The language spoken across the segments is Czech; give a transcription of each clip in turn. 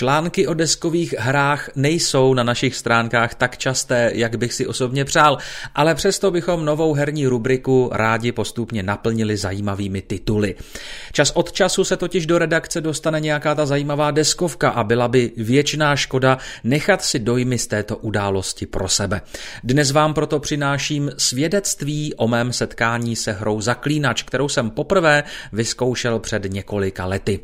Články o deskových hrách nejsou na našich stránkách tak časté, jak bych si osobně přál, ale přesto bychom novou herní rubriku rádi postupně naplnili zajímavými tituly. Čas od času se totiž do redakce dostane nějaká ta zajímavá deskovka a byla by věčná škoda nechat si dojmy z této události pro sebe. Dnes vám proto přináším svědectví o mém setkání se hrou Zaklínač, kterou jsem poprvé vyzkoušel před několika lety.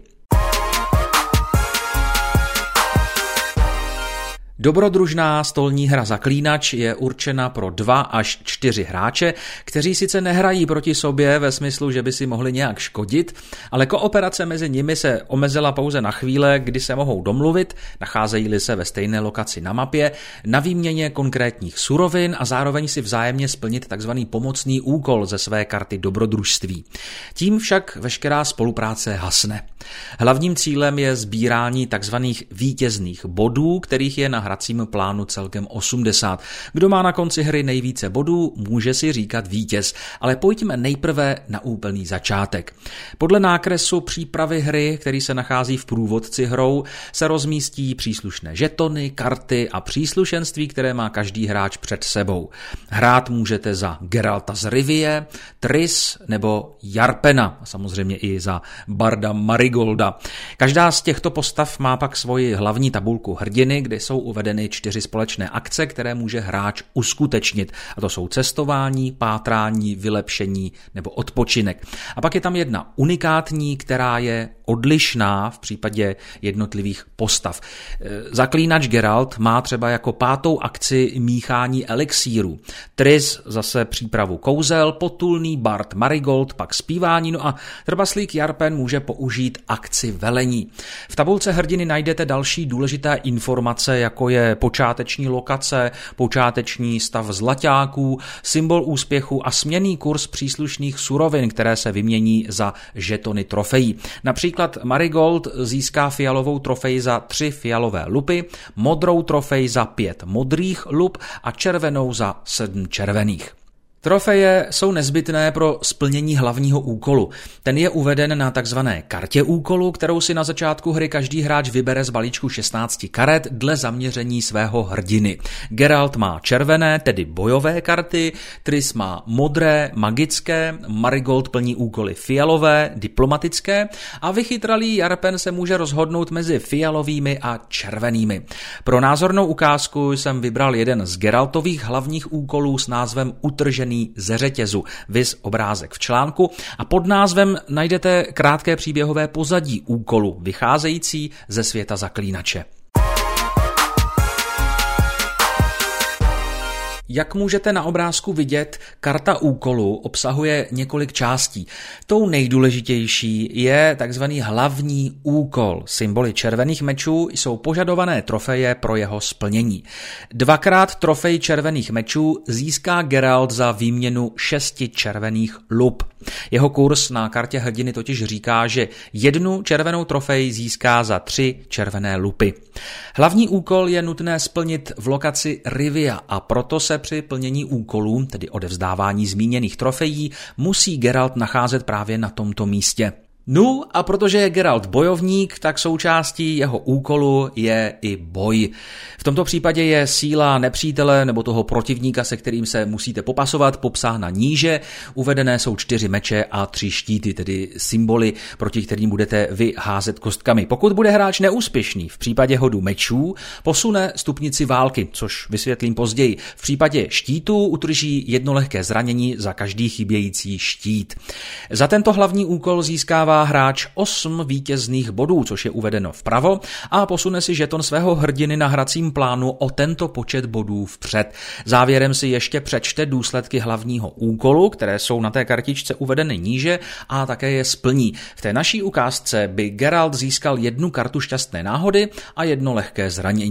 Dobrodružná stolní hra Zaklínač je určena pro 2 až 4 hráče, kteří sice nehrají proti sobě ve smyslu, že by si mohli nějak škodit, ale kooperace mezi nimi se omezila pouze na chvíle, kdy se mohou domluvit, nacházejí-li se ve stejné lokaci na mapě, na výměně konkrétních surovin a zároveň si vzájemně splnit tzv. Pomocný úkol ze své karty dobrodružství. Tím však veškerá spolupráce hasne. Hlavním cílem je sbírání tzv. Vítězných bodů, kterých je na hracím plánu celkem 80. Kdo má na konci hry nejvíce bodů, může si říkat vítěz, ale pojďme nejprve na úplný začátek. Podle nákresu přípravy hry, který se nachází v průvodci hrou, se rozmístí příslušné žetony, karty a příslušenství, které má každý hráč před sebou. Hrát můžete za Geralta z Rivie, Triss nebo Jarpena, a samozřejmě i za barda Marigolda. Každá z těchto postav má pak svoji hlavní tabulku hrdiny, kde jsou uvedeny 4 společné akce, které může hráč uskutečnit. A to jsou cestování, pátrání, vylepšení nebo odpočinek. A pak je tam jedna unikátní, která je odlišná v případě jednotlivých postav. Zaklínač Geralt má třeba jako 5. akci míchání elixírů. Triss zase přípravu kouzel, potulný bard Marigold pak zpívání, no a trpaslík Jarpen může použít akci velení. V tabulce hrdiny najdete další důležité informace, jako je počáteční lokace, počáteční stav zlaťáků, symbol úspěchu a směnný kurz příslušných surovin, které se vymění za žetony trofejí. Například Marigold získá fialovou trofej za 3 fialové lupy, modrou trofej za 5 modrých lup a červenou za 7 červených. Trofeje jsou nezbytné pro splnění hlavního úkolu. Ten je uveden na takzvané kartě úkolu, kterou si na začátku hry každý hráč vybere z balíčku 16 karet dle zaměření svého hrdiny. Geralt má červené, tedy bojové karty, Triss má modré, magické, Marigold plní úkoly fialové, diplomatické a vychytralý Jarpen se může rozhodnout mezi fialovými a červenými. Pro názornou ukázku jsem vybral jeden z Geraltových hlavních úkolů s názvem Utržený ze řetězu, viz obrázek v článku, a pod názvem najdete krátké příběhové pozadí úkolu, vycházející ze světa Zaklínače. Jak můžete na obrázku vidět, karta úkolu obsahuje několik částí. Tou nejdůležitější je takzvaný hlavní úkol. Symboly červených mečů jsou požadované trofeje pro jeho splnění. 2x trofej červených mečů získá Geralt za výměnu 6 červených lup. Jeho kurz na kartě hrdiny totiž říká, že 1 červenou trofej získá za 3 červené lupy. Hlavní úkol je nutné splnit v lokaci Rivia a proto se při plnění úkolů, tedy odevzdávání zmíněných trofejí, musí Geralt nacházet právě na tomto místě. No a protože je Geralt bojovník, tak součástí jeho úkolu je i boj. V tomto případě je síla nepřítele nebo toho protivníka, se kterým se musíte popasovat, popsána níže. Uvedené jsou 4 meče a 3 štíty, tedy symboly, proti kterým budete vy házet kostkami. Pokud bude hráč neúspěšný v případě hodu mečů, posune stupnici války, což vysvětlím později. V případě štítů utrží 1 lehké zranění za každý chybějící štít. Za tento hlavní úkol získává hráč 8 vítězných bodů, což je uvedeno vpravo, a posune si žeton svého hrdiny na hracím plánu o tento počet bodů vpřed. Závěrem si ještě přečte důsledky hlavního úkolu, které jsou na té kartičce uvedeny níže, a také je splní. V té naší ukázce by Geralt získal 1 kartu šťastné náhody a 1 lehké zranění.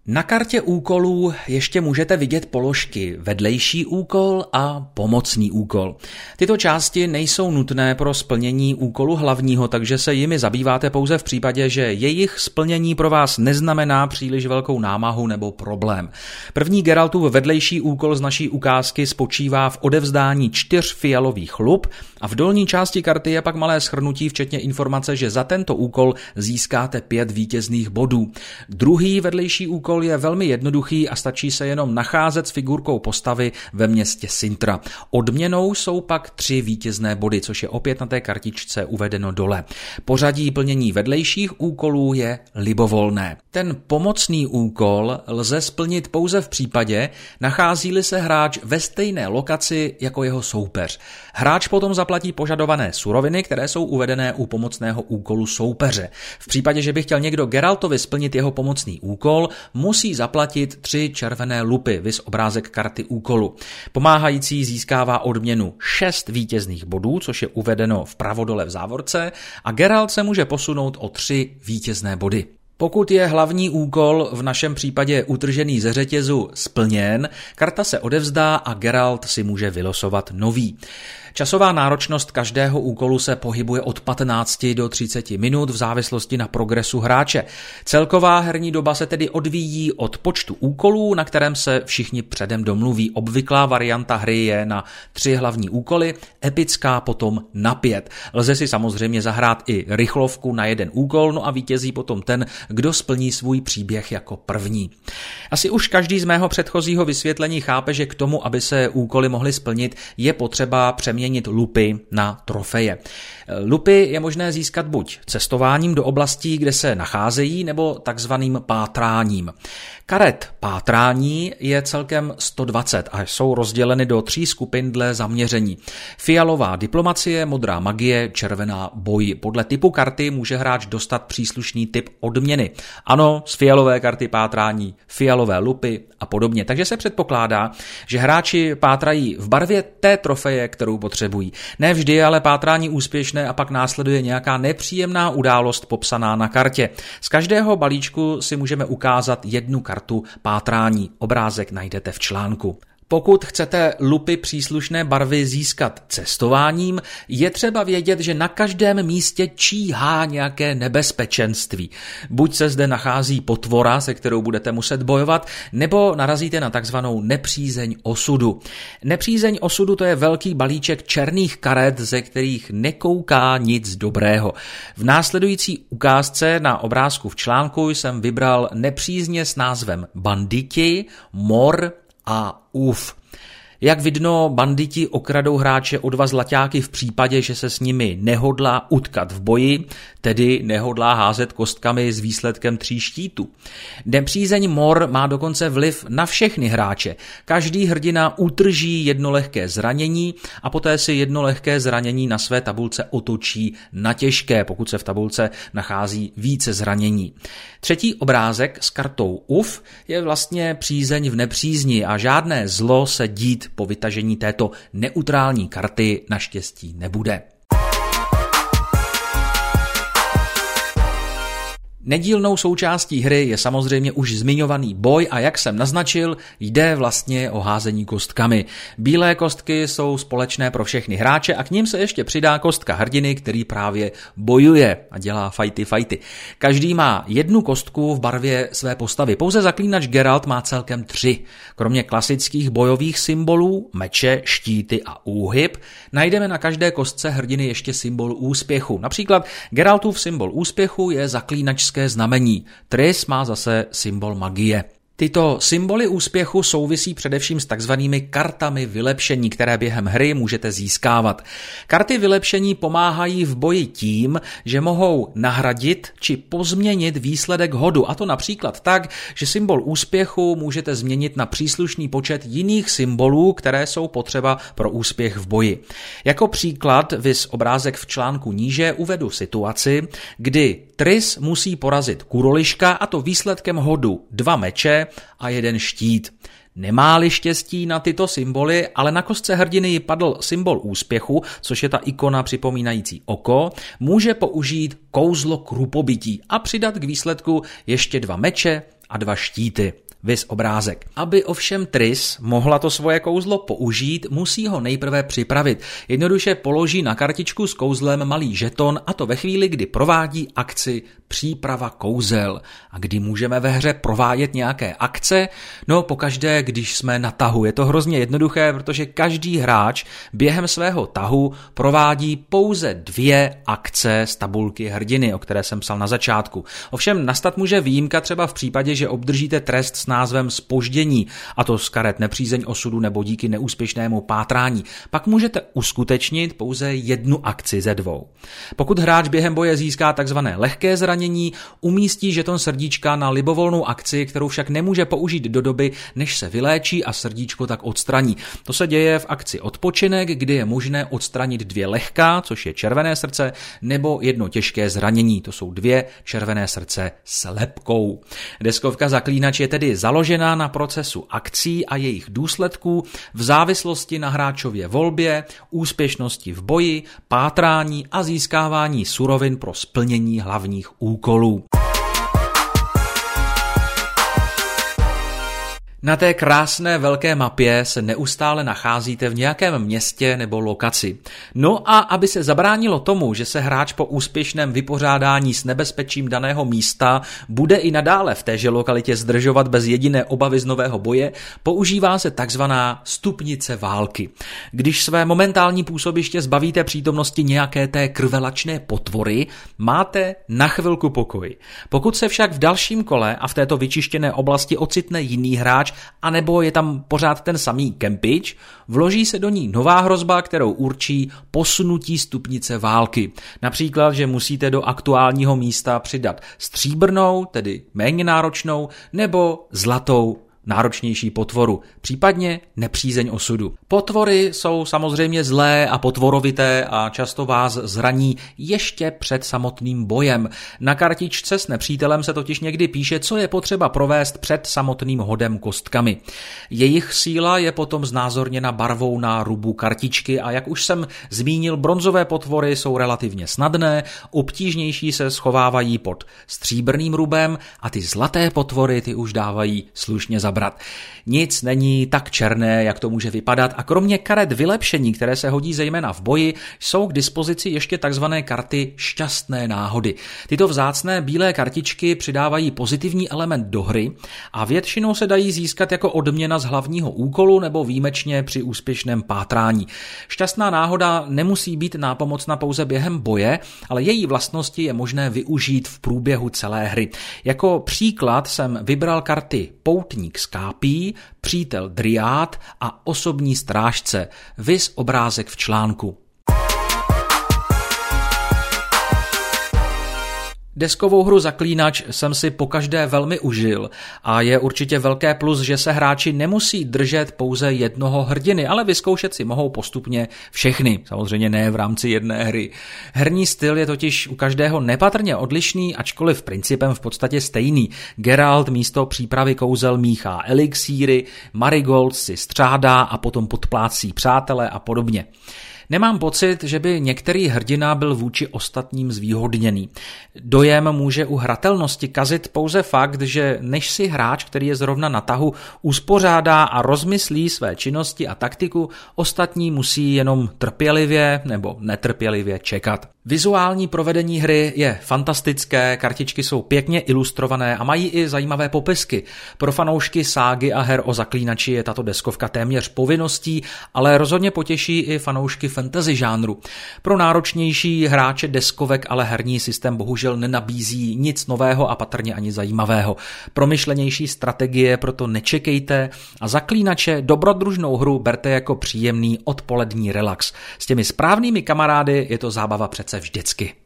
Na kartě úkolů ještě můžete vidět položky vedlejší úkol a pomocný úkol. Tyto části nejsou nutné pro splnění úkolu hlavního, takže se jimi zabýváte pouze v případě, že jejich splnění pro vás neznamená příliš velkou námahu nebo problém. První Geraltův vedlejší úkol z naší ukázky spočívá v odevzdání 4 fialových lup a v dolní části karty je pak malé shrnutí včetně informace, že za tento úkol získáte 5 vítězných bodů. Druhý vedlejší úkol je velmi jednoduchý a stačí se jenom nacházet s figurkou postavy ve městě Sintra. Odměnou jsou pak 3 vítězné body, což je opět na té kartičce uvedeno dole. Pořadí plnění vedlejších úkolů je libovolné. Ten pomocný úkol lze splnit pouze v případě, nachází-li se hráč ve stejné lokaci jako jeho soupeř. Hráč potom zaplatí požadované suroviny, které jsou uvedené u pomocného úkolu soupeře. V případě, že by chtěl někdo Geraltovi splnit jeho pomocný úkol, musí zaplatit 3 červené lupy, viz obrázek karty úkolu. Pomáhající získává odměnu 6 vítězných bodů, což je uvedeno vpravo dole v závorce, a Geralt se může posunout o 3 vítězné body. Pokud je hlavní úkol, v našem případě utržený ze řetězu, splněn, karta se odevzdá a Geralt si může vylosovat nový. Časová náročnost každého úkolu se pohybuje od 15 do 30 minut v závislosti na progresu hráče. Celková herní doba se tedy odvíjí od počtu úkolů, na kterém se všichni předem domluví. Obvyklá varianta hry je na 3 hlavní úkoly, epická potom na 5. Lze si samozřejmě zahrát i rychlovku na 1 úkol, no a vítězí potom ten, kdo splní svůj příběh jako první. Asi už každý z mého předchozího vysvětlení chápe, že k tomu, aby se úkoly mohly splnit, je potřeba přeměnit lupy na trofeje. Lupy je možné získat buď cestováním do oblastí, kde se nacházejí, nebo takzvaným pátráním. Karet pátrání je celkem 120 a jsou rozděleny do 3 skupin dle zaměření. Fialová diplomacie, modrá magie, červená boj. Podle typu karty může hráč dostat příslušný typ odměny. Ano, z fialové karty pátrání, fialové lupy a podobně. Takže se předpokládá, že hráči pátrají v barvě té trofeje, kterou potřebují. Ne vždy ale pátrání úspěšné a pak následuje nějaká nepříjemná událost popsaná na kartě. Z každého balíčku si můžeme ukázat 1 kartu pátrání. Obrázek najdete v článku. Pokud chcete lupy příslušné barvy získat cestováním, je třeba vědět, že na každém místě číhá nějaké nebezpečenství. Buď se zde nachází potvora, se kterou budete muset bojovat, nebo narazíte na takzvanou nepřízeň osudu. Nepřízeň osudu to je velký balíček černých karet, ze kterých nekouká nic dobrého. V následující ukázce na obrázku v článku jsem vybral nepřízně s názvem banditi, mor a uf. Jak vidno, banditi okradou hráče o 2 zlaťáky v případě, že se s nimi nehodlá utkat v boji, tedy nehodlá házet kostkami s výsledkem 3 štítů. Nepřízeň mor má dokonce vliv na všechny hráče. Každý hrdina utrží 1 lehké zranění a poté si 1 lehké zranění na své tabulce otočí na těžké, pokud se v tabulce nachází více zranění. Třetí obrázek s kartou uf je vlastně přízeň v nepřízni a žádné zlo se dít po vytažení této neutrální karty naštěstí nebude. Nedílnou součástí hry je samozřejmě už zmiňovaný boj a jak jsem naznačil, jde vlastně o házení kostkami. Bílé kostky jsou společné pro všechny hráče a k nim se ještě přidá kostka hrdiny, který právě bojuje a dělá fajty. Každý má 1 kostku v barvě své postavy. Pouze zaklínač Geralt má celkem 3. Kromě klasických bojových symbolů, meče, štíty a úhyb, najdeme na každé kostce hrdiny ještě symbol úspěchu. Například Geraltův symbol úspěchu je zaklínačské znamení. Triss má zase symbol magie. Tyto symboly úspěchu souvisí především s takzvanými kartami vylepšení, které během hry můžete získávat. Karty vylepšení pomáhají v boji tím, že mohou nahradit či pozměnit výsledek hodu, a to například tak, že symbol úspěchu můžete změnit na příslušný počet jiných symbolů, které jsou potřeba pro úspěch v boji. Jako příklad, viz obrázek v článku níže, uvedu situaci, kdy Triss musí porazit Kuroliška, a to výsledkem hodu 2 meče a 1 štít. Nemá-li štěstí na tyto symboly, ale na kostce hrdiny ji padl symbol úspěchu, což je ta ikona připomínající oko, může použít kouzlo krupobytí a přidat k výsledku ještě 2 meče a 2 štíty. Viz obrázek. Aby ovšem Triss mohla to svoje kouzlo použít, musí ho nejprve připravit. Jednoduše položí na kartičku s kouzlem malý žeton, a to ve chvíli, kdy provádí akci příprava kouzel. A kdy můžeme ve hře provádět nějaké akce? No pokaždé, když jsme na tahu. Je to hrozně jednoduché, protože každý hráč během svého tahu provádí pouze 2 akce z tabulky hrdiny, o které jsem psal na začátku. Ovšem nastat může výjimka třeba v případě, že obdržíte trest s názvem zpoždění, a to z karet nepřízeň osudu nebo díky neúspěšnému pátrání. Pak můžete uskutečnit pouze 1 akci ze 2. Pokud hráč během boje získá takzvané lehké zranění, umístí žeton srdíčka na libovolnou akci, kterou však nemůže použít do doby, než se vyléčí a srdíčko tak odstraní. To se děje v akci odpočinek, kdy je možné odstranit 2 lehká, což je červené srdce, nebo 1 těžké zranění, to jsou 2 červené srdce s lebkou. Deskovka Zaklínač je tedy založená na procesu akcí a jejich důsledků v závislosti na hráčově volbě, úspěšnosti v boji, pátrání a získávání surovin pro splnění hlavních úkolů. Na té krásné velké mapě se neustále nacházíte v nějakém městě nebo lokaci. No a aby se zabránilo tomu, že se hráč po úspěšném vypořádání s nebezpečím daného místa bude i nadále v téže lokalitě zdržovat bez jediné obavy z nového boje, používá se takzvaná stupnice války. Když své momentální působiště zbavíte přítomnosti nějaké té krvelačné potvory, máte na chvilku pokoj. Pokud se však v dalším kole a v této vyčištěné oblasti ocitne jiný hráč, anebo je tam pořád ten samý kempič, vloží se do ní nová hrozba, kterou určí posunutí stupnice války. Například, že musíte do aktuálního místa přidat stříbrnou, tedy méně náročnou, nebo zlatou, náročnější potvoru, případně nepřízeň osudu. Potvory jsou samozřejmě zlé a potvorovité a často vás zraní ještě před samotným bojem. Na kartičce s nepřítelem se totiž někdy píše, co je potřeba provést před samotným hodem kostkami. Jejich síla je potom znázorněna barvou na rubu kartičky a jak už jsem zmínil, bronzové potvory jsou relativně snadné, obtížnější se schovávají pod stříbrným rubem a ty zlaté potvory ty už dávají slušně zabrat. Nic není tak černé, jak to může vypadat, a kromě karet vylepšení, které se hodí zejména v boji, jsou k dispozici ještě takzvané karty šťastné náhody. Tyto vzácné bílé kartičky přidávají pozitivní element do hry a většinou se dají získat jako odměna z hlavního úkolu nebo výjimečně při úspěšném pátrání. Šťastná náhoda nemusí být nápomocna pouze během boje, ale její vlastnosti je možné využít v průběhu celé hry. Jako příklad jsem vybral karty Poutník z kápí, Přítel Dryád a Osobní strážce. Viz obrázek v článku. Deskovou hru Zaklínač jsem si pokaždé velmi užil a je určitě velké plus, že se hráči nemusí držet pouze jednoho hrdiny, ale vyzkoušet si mohou postupně všechny, samozřejmě ne v rámci jedné hry. Herní styl je totiž u každého nepatrně odlišný, ačkoliv principem v podstatě stejný. Geralt místo přípravy kouzel míchá elixíry, Marigold si střádá a potom podplácí přátele a podobně. Nemám pocit, že by některý hrdina byl vůči ostatním zvýhodněný. Dojem může u hratelnosti kazit pouze fakt, že než si hráč, který je zrovna na tahu, uspořádá a rozmyslí své činnosti a taktiku, ostatní musí jenom trpělivě nebo netrpělivě čekat. Vizuální provedení hry je fantastické, kartičky jsou pěkně ilustrované a mají i zajímavé popisky. Pro fanoušky ságy a her o Zaklínači je tato deskovka téměř povinností, ale rozhodně potěší i fanoušky fantasy žánru. Pro náročnější hráče deskovek ale herní systém bohužel nenabízí nic nového a patrně ani zajímavého. Promyšlenější strategie proto nečekejte a Zaklínače, dobrodružnou hru, berte jako příjemný odpolední relax. S těmi správnými kamarády je to zábava přece vždycky.